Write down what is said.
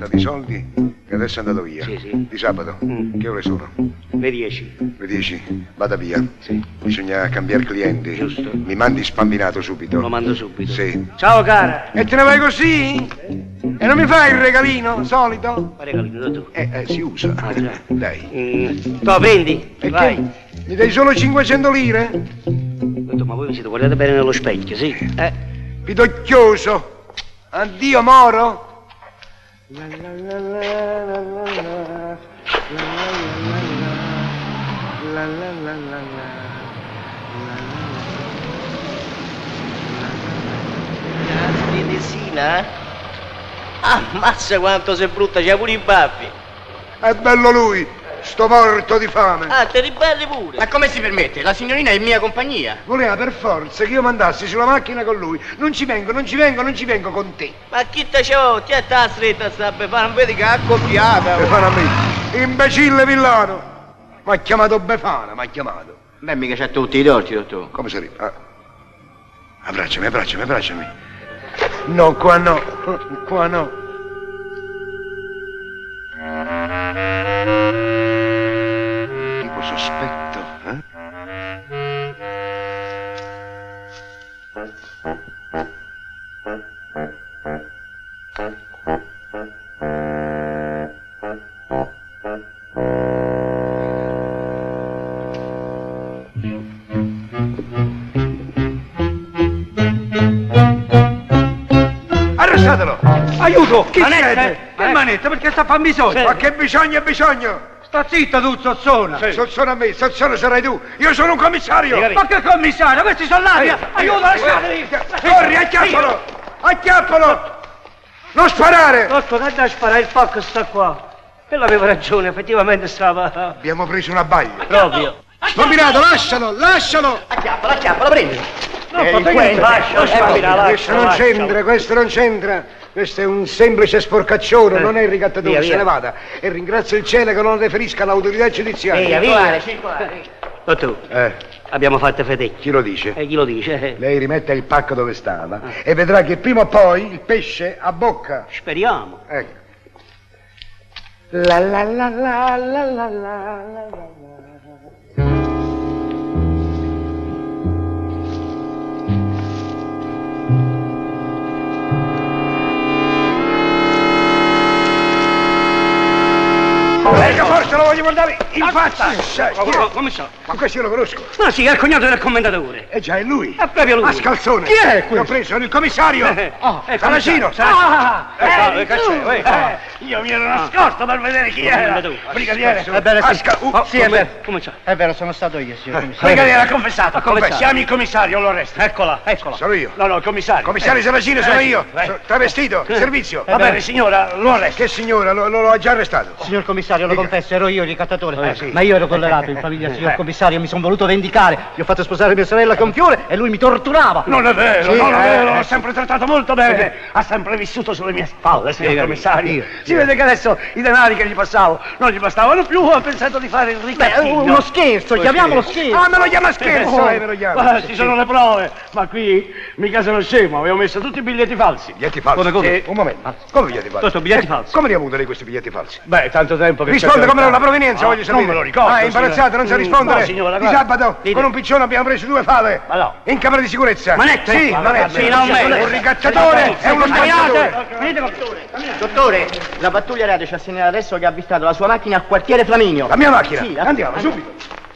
dato i soldi che adesso è andato via. Sì, sì. Di sabato. Che ore sono? Le 10. Le 10. Vada via. Sì. Bisogna cambiare clienti. Giusto. Mi mandi spambinato subito. Lo mando subito. Sì. Ciao cara. E te ne vai così? E non mi fai il regalino solito? Ma regalino tu. Si usa. Ah, già. Dai. Tu prendi. E Vai. che? Mi dai solo 500 lire? Detto, ma voi vi siete guardate bene nello specchio, sì? Pidocchioso. Addio, Moro. Sina? Ammazza quanto sei brutta, c'ha pure i baffi. È bello lui, sto morto di fame. Ah, te ribelli pure. Ma come si permette? La signorina è in mia compagnia. Voleva per forza che io mandassi sulla macchina con lui. Non ci vengo con te. Ma chi te c'ho? Ti è sta stretta sta Befana, non vedi che è accoppiata. Befana a me. Imbecille villano. Mi ha chiamato Befana, mi ha chiamato. Beh, mica c'ha tutti i torti, dottor. Come si arriva? Abbracciami. No, qua no. Qua no. Tipo sospetto, eh? Arrestatelo! Aiuto! Chi Manette? siete? Il manetta, perché sta a fare bisogno? Ma che bisogno? Sta zitta tu, zozzona! Sozzona a me, zozzona sarai tu. Io sono un commissario. Ma che commissario? Questi sono ladri! Aiuto, lasciateli! Corri, acchiappalo! Non sparare! Rocco, dai da sparare il pacco sta qua. E aveva ragione, effettivamente stava Abbiamo preso una baglia. proprio. Spambinato, lascialo! Acchiappalo, prendi. Questo non c'entra. Questo è un semplice sporcaccione, non è il ricattatore, Via, se via. ne vada. E ringrazio il cielo che non lo deferisca l'autorità giudiziaria. Via. Dottor, abbiamo fatto fedecchi. Chi lo dice? E chi lo dice? Lei rimetta il pacco dove stava e vedrà che prima o poi il pesce a bocca. Speriamo. Ecco. Forse lo voglio guardare in faccia! Come so? Ma questo io lo conosco. Ma sì, è il cognato del commendatore. Eh già, è lui. È proprio lui. A scalzone. Chi è questo? L'ho preso, sono il commissario. Saracino. Io mi ero nascosto per vedere chi era! Brigadiere! Ebbene, sì. Sì, è vero. Come c'è? È vero, sono stato io, signor commissario. Brigadiere ha confessato! confessato. Chiami il commissario, lo arresto! Eccola. Sono io. No, il commissario! Commissario Saracino, sono io. Travestito, servizio. Va bene, signora, lo arresto! Che signora, lo ha già arrestato. Signor commissario, lo confesso, ero io il ricattatore. Sì. Ma io ero tollerato in famiglia, signor commissario, mi sono voluto vendicare. Gli ho fatto sposare mia sorella con fiore e lui mi torturava. Non è vero, Sì, non è vero, sì. l'ho sempre trattato molto bene. Ha sempre vissuto sulle mie spalle, signor commissario. Si vede che adesso i denari che gli passavo non gli bastavano più, ho pensato di fare il ricattino. Uno scherzo, chiamiamolo scherzo. Ah, me lo chiama scherzo, me lo chiama. Guarda, ci sono le prove, ma qui mica sono scemo, avevo messo tutti i biglietti falsi. Biglietti falsi? Come? Sì. Un momento. Come biglietti falsi? Questo, biglietti falsi. Come li ha avuto lei questi biglietti falsi? Beh, tanto tempo che... Risponde cerco come di la fare. provenienza, voglio sapere. Non me lo ricordo. Ah, è imbarazzato, non sa rispondere. No, signora, Di guarda. sabato, con un piccione abbiamo preso 2 fave. Ma no. In camera di sicurezza. Manette? Sì, manette. Finalmente. Un ricattatore e uno spazzatore. Dottore, la pattuglia radio ci ha segnalato adesso che ha avvistato la sua macchina al quartiere Flaminio. La mia macchina. Sì, Andiamo, subito.